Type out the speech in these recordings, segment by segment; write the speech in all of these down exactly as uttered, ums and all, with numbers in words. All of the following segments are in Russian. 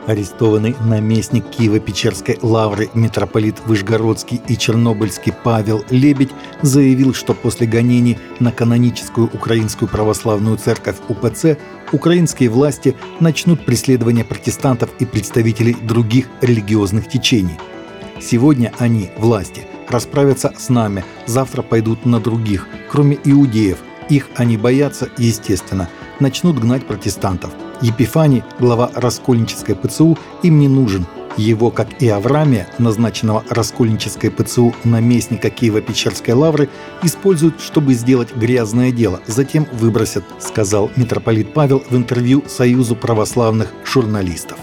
Арестованный наместник Киево-Печерской лавры митрополит Вышгородский и Чернобыльский Павел Лебедь заявил, что после гонений на каноническую Украинскую православную церковь УПЦ украинские власти начнут преследование протестантов и представителей других религиозных течений. Сегодня они, власти, расправятся с нами, завтра пойдут на других, кроме иудеев. Их они боятся, естественно, начнут гнать протестантов. Епифаний, глава Раскольнической ПЦУ, им не нужен. Его, как и Авраамия, назначенного Раскольнической ПЦУ наместника Киево-Печерской лавры, используют, чтобы сделать грязное дело, затем выбросят, сказал митрополит Павел в интервью Союзу православных журналистов.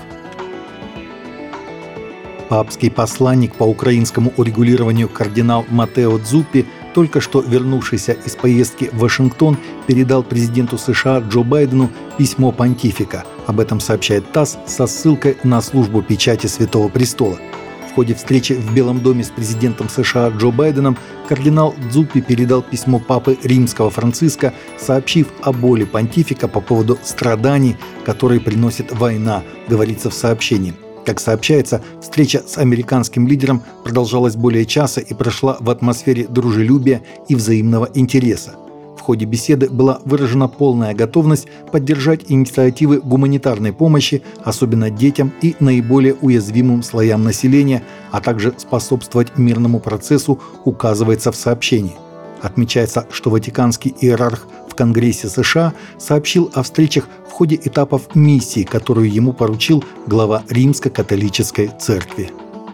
Папский посланник по украинскому урегулированию кардинал Матео Дзуппи, только что вернувшийся из поездки в Вашингтон, передал президенту США Джо Байдену письмо понтифика. Об этом сообщает ТАСС со ссылкой на службу печати Святого Престола. В ходе встречи в Белом доме с президентом США Джо Байденом кардинал Дзуппи передал письмо папы Римского Франциска, сообщив о боли понтифика по поводу страданий, которые приносит война, говорится в сообщении. Как сообщается, встреча с американским лидером продолжалась более часа и прошла в атмосфере дружелюбия и взаимного интереса. В ходе беседы была выражена полная готовность поддержать инициативы гуманитарной помощи, особенно детям и наиболее уязвимым слоям населения, а также способствовать мирному процессу, указывается в сообщении. Отмечается, что ватиканский иерарх в Конгрессе США сообщил о встречах в ходе этапов миссии, которую ему поручил глава Римско-католической церкви.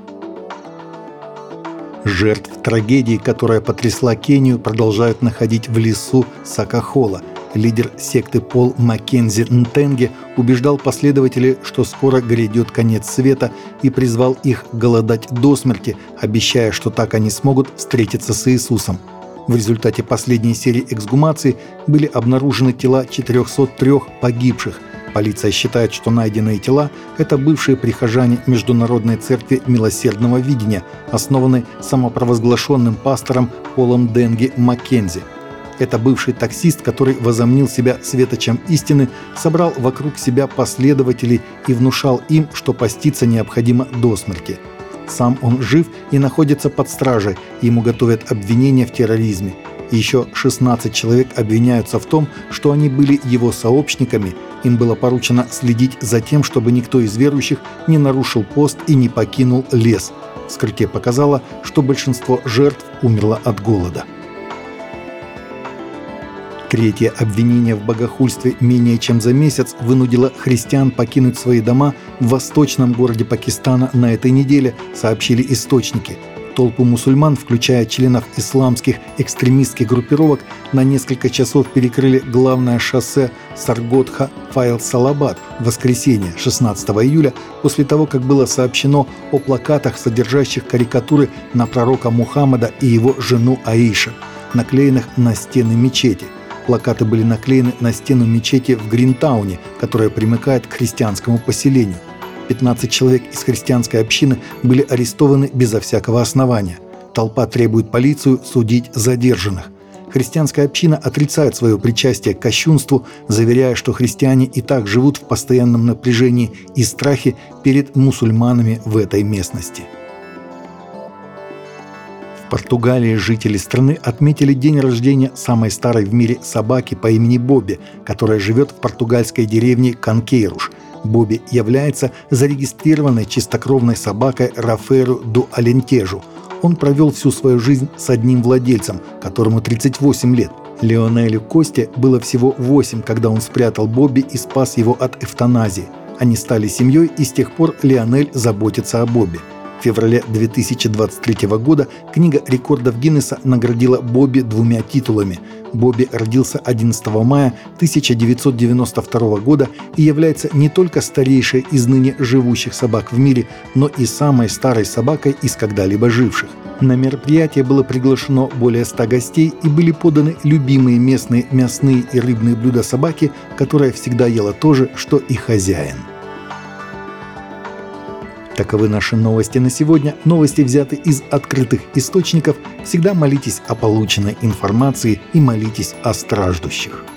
Жертв трагедии, которая потрясла Кению, продолжают находить в лесу Сакахола. Лидер секты Пол Маккензи Нтенге убеждал последователей, что скоро грядет конец света, и призвал их голодать до смерти, обещая, что так они смогут встретиться с Иисусом. В результате последней серии эксгумаций были обнаружены тела четырехсот трёх погибших. Полиция считает, что найденные тела – это бывшие прихожане Международной церкви милосердного видения, основанной самопровозглашенным пастором Полом Денге Маккензи. Это бывший таксист, который возомнил себя светочем истины, собрал вокруг себя последователей и внушал им, что поститься необходимо до смерти. Сам он жив и находится под стражей, ему готовят обвинения в терроризме. Еще шестнадцать человек обвиняются в том, что они были его сообщниками. Им было поручено следить за тем, чтобы никто из верующих не нарушил пост и не покинул лес. Вскрытие показало, что большинство жертв умерло от голода. Третье обвинение в богохульстве менее чем за месяц вынудило христиан покинуть свои дома в восточном городе Пакистана на этой неделе, сообщили источники. Толпы мусульман, включая членов исламских экстремистских группировок, на несколько часов перекрыли главное шоссе Саргодха-Файлсалабад в воскресенье, шестнадцатого июля, после того, как было сообщено о плакатах, содержащих карикатуры на пророка Мухаммада и его жену Аиша, наклеенных на стены мечети. Плакаты были наклеены на стену мечети в Гринтауне, которая примыкает к христианскому поселению. пятнадцать человек из христианской общины были арестованы безо всякого основания. Толпа требует полицию судить задержанных. Христианская община отрицает свое причастие к кощунству, заверяя, что христиане и так живут в постоянном напряжении и страхе перед мусульманами в этой местности. В Португалии жители страны отметили день рождения самой старой в мире собаки по имени Бобби, которая живет в португальской деревне Канкейруш. Бобби является зарегистрированной чистокровной собакой Рафейру ду Алентежу. Он провел всю свою жизнь с одним владельцем, которому тридцать восемь лет. Леонелю Косте было всего восемь, когда он спрятал Бобби и спас его от эвтаназии. Они стали семьей, и с тех пор Леонель заботится о Бобби. В феврале две тысячи двадцать третьего года книга рекордов Гиннесса наградила Бобби двумя титулами. Бобби родился одиннадцатого мая тысяча девятьсот девяносто второго года и является не только старейшей из ныне живущих собак в мире, но и самой старой собакой из когда-либо живших. На мероприятие было приглашено более ста гостей и были поданы любимые местные мясные и рыбные блюда собаки, которая всегда ела то же, что и хозяин. Таковы наши новости на сегодня. Новости взяты из открытых источников. Всегда молитесь о полученной информации и молитесь о страждущих.